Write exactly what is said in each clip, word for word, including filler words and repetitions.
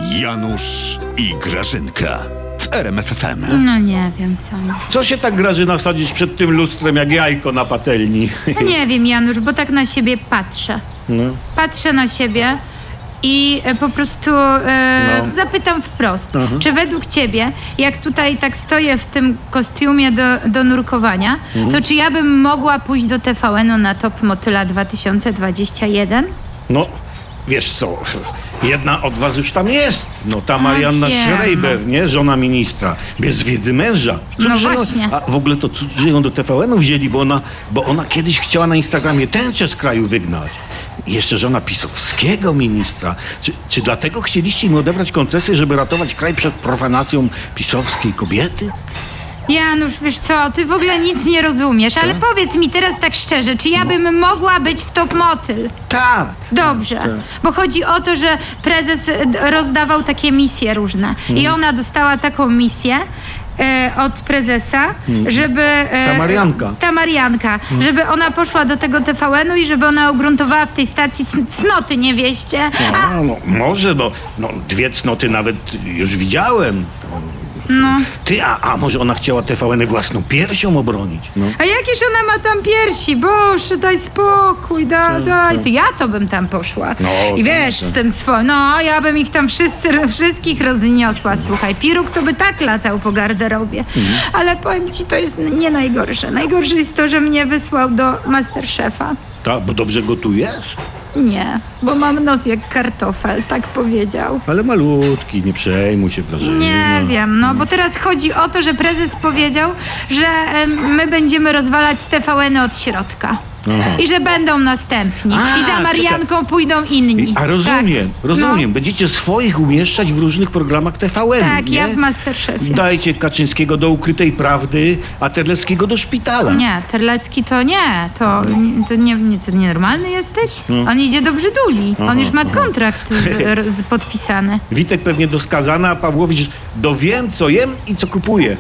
Janusz i Grażynka w R M F F M. No nie wiem sam. Co się tak, Grażyna, sadzisz przed tym lustrem jak jajko na patelni? No nie wiem, Janusz, bo tak na siebie patrzę. No. Patrzę na siebie i e, po prostu e, No. zapytam wprost, Aha. czy według ciebie, jak tutaj tak stoję w tym kostiumie do, do nurkowania, Mhm. to czy ja bym mogła pójść do T V N-u na Top Motyla dwa tysiące dwudziesty pierwszy? No, wiesz co, jedna od was już tam jest. No, ta Marianna wiem, Schreiber, nie? Żona ministra. Bez wiedzy męża. No że ją- właśnie. A w ogóle to cud, że ją do T V N-u wzięli, bo ona, bo ona kiedyś chciała na Instagramie tęczę z kraju wygnać. I jeszcze żona pisowskiego ministra. Czy, czy dlatego chcieliście im odebrać koncesję, żeby ratować kraj przed profanacją pisowskiej kobiety? Janusz, wiesz co, ty w ogóle nic nie rozumiesz, ale powiedz mi teraz tak szczerze, czy ja bym mogła być w Top Motyl? Tak. Dobrze, bo chodzi o to, że prezes e, d- rozdawał takie misje różne i ona dostała taką misję e, od prezesa, żeby... e, Ta Marianka. Ta Marianka, żeby ona poszła do tego T V N-u i żeby ona ugruntowała w tej stacji cn- cnoty niewieście. A, A, no, może, no, no dwie cnoty nawet już widziałem. no. Ty, a, a może ona chciała T V N własną piersią obronić? No. A jakież ona ma tam piersi? Boże, daj spokój, da, daj. To ja to bym tam poszła. No, I tak, wiesz, tak. z tym swoim, no ja bym ich tam wszyscy, wszystkich rozniosła. Słuchaj, Piruk to by tak latał po garderobie. Mhm. Ale powiem ci, to jest nie najgorsze. Najgorsze jest to, że mnie wysłał do Masterchefa. Tak, bo dobrze gotujesz? Nie, bo mam nos jak kartofel, tak powiedział. Ale malutki, nie przejmuj się, Grażyna. Nie wiem, no bo teraz chodzi o to, że prezes powiedział, że em, my będziemy rozwalać T V N od środka. Aha. I że będą następni. A, I za Marianką pójdą inni. A rozumiem, Tak. rozumiem. Będziecie swoich umieszczać w różnych programach T V N, No, tak, nie? ja w Masterchefie. Dajcie Kaczyńskiego do ukrytej prawdy, a Terleckiego do szpitala. Nie, Terlecki to nie. To, to nie, nie, co, nienormalny jesteś? On idzie do brzyduli. On już ma kontrakt z, z, podpisany. Witek pewnie do skazana, a Pawłowicz do wiem, co jem i co kupuję.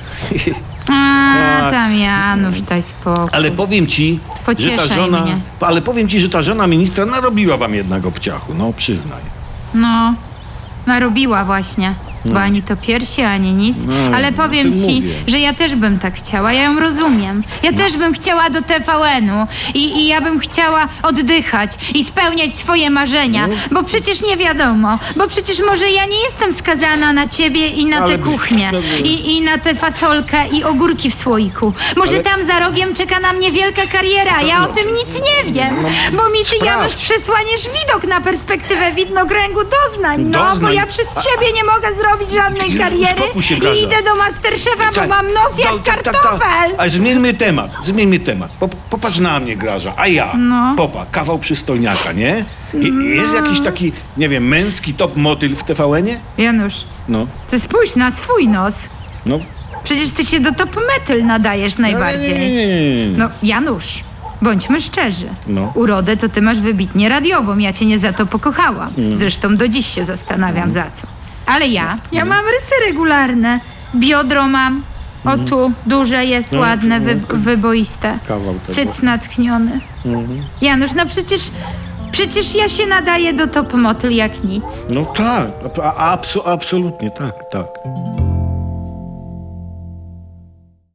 A, Tak. tam Janusz, daj spokój. Ale powiem ci, że ta Pocieszaj żona... mnie. Ale powiem ci, że ta żona ministra narobiła wam jednak obciachu, no przyznaj. No, narobiła właśnie. Bo ani to piersi, ani nic. No, Ale no, powiem ty ci, mówię. że ja też bym tak chciała. Ja ją rozumiem. Ja też bym chciała do T V N-u. I, I ja bym chciała oddychać i spełniać swoje marzenia. No. Bo przecież nie wiadomo. Bo przecież może ja nie jestem skazana na ciebie i na Ale- tę kuchnię. no, no. I, I na tę fasolkę i ogórki w słoiku. Może Ale- tam za rogiem czeka na mnie wielka kariera. Ja o tym nic nie wiem. Bo mi ty, sprawdź. Janusz, przesłaniesz widok na perspektywę widnokręgu doznań. No, bo Doznań. ja przez ciebie nie mogę zrobić żadnej kariery Uspokój się, Graża. i idę do Masterchefa, bo Tak, mam nos jak no, tak, tak, tak. kartofel. Ale zmieńmy temat, zmieńmy temat. Pop, popatrz na mnie, Graża, a ja, No. popa, kawał przystojniaka, nie? I, Jest jakiś taki, nie wiem, męski top motyl w T V N-ie? Janusz, No, ty spójrz na swój nos. no. Przecież ty się do top metal nadajesz najbardziej. Nie, nie, nie, nie. No, Janusz, bądźmy szczerzy. No. Urodę to ty masz wybitnie radiową. Ja cię nie za to pokochałam. Zresztą do dziś się zastanawiam za co. Ale ja, ja mam rysy regularne. Biodro mam. O tu, duże jest, No, ładne, wy, no, wyboiste. Kawał tego. Cyc natchniony. Janusz, no przecież, przecież ja się nadaję do top motyl jak nic. No tak, a, a, abso, absolutnie, tak, tak.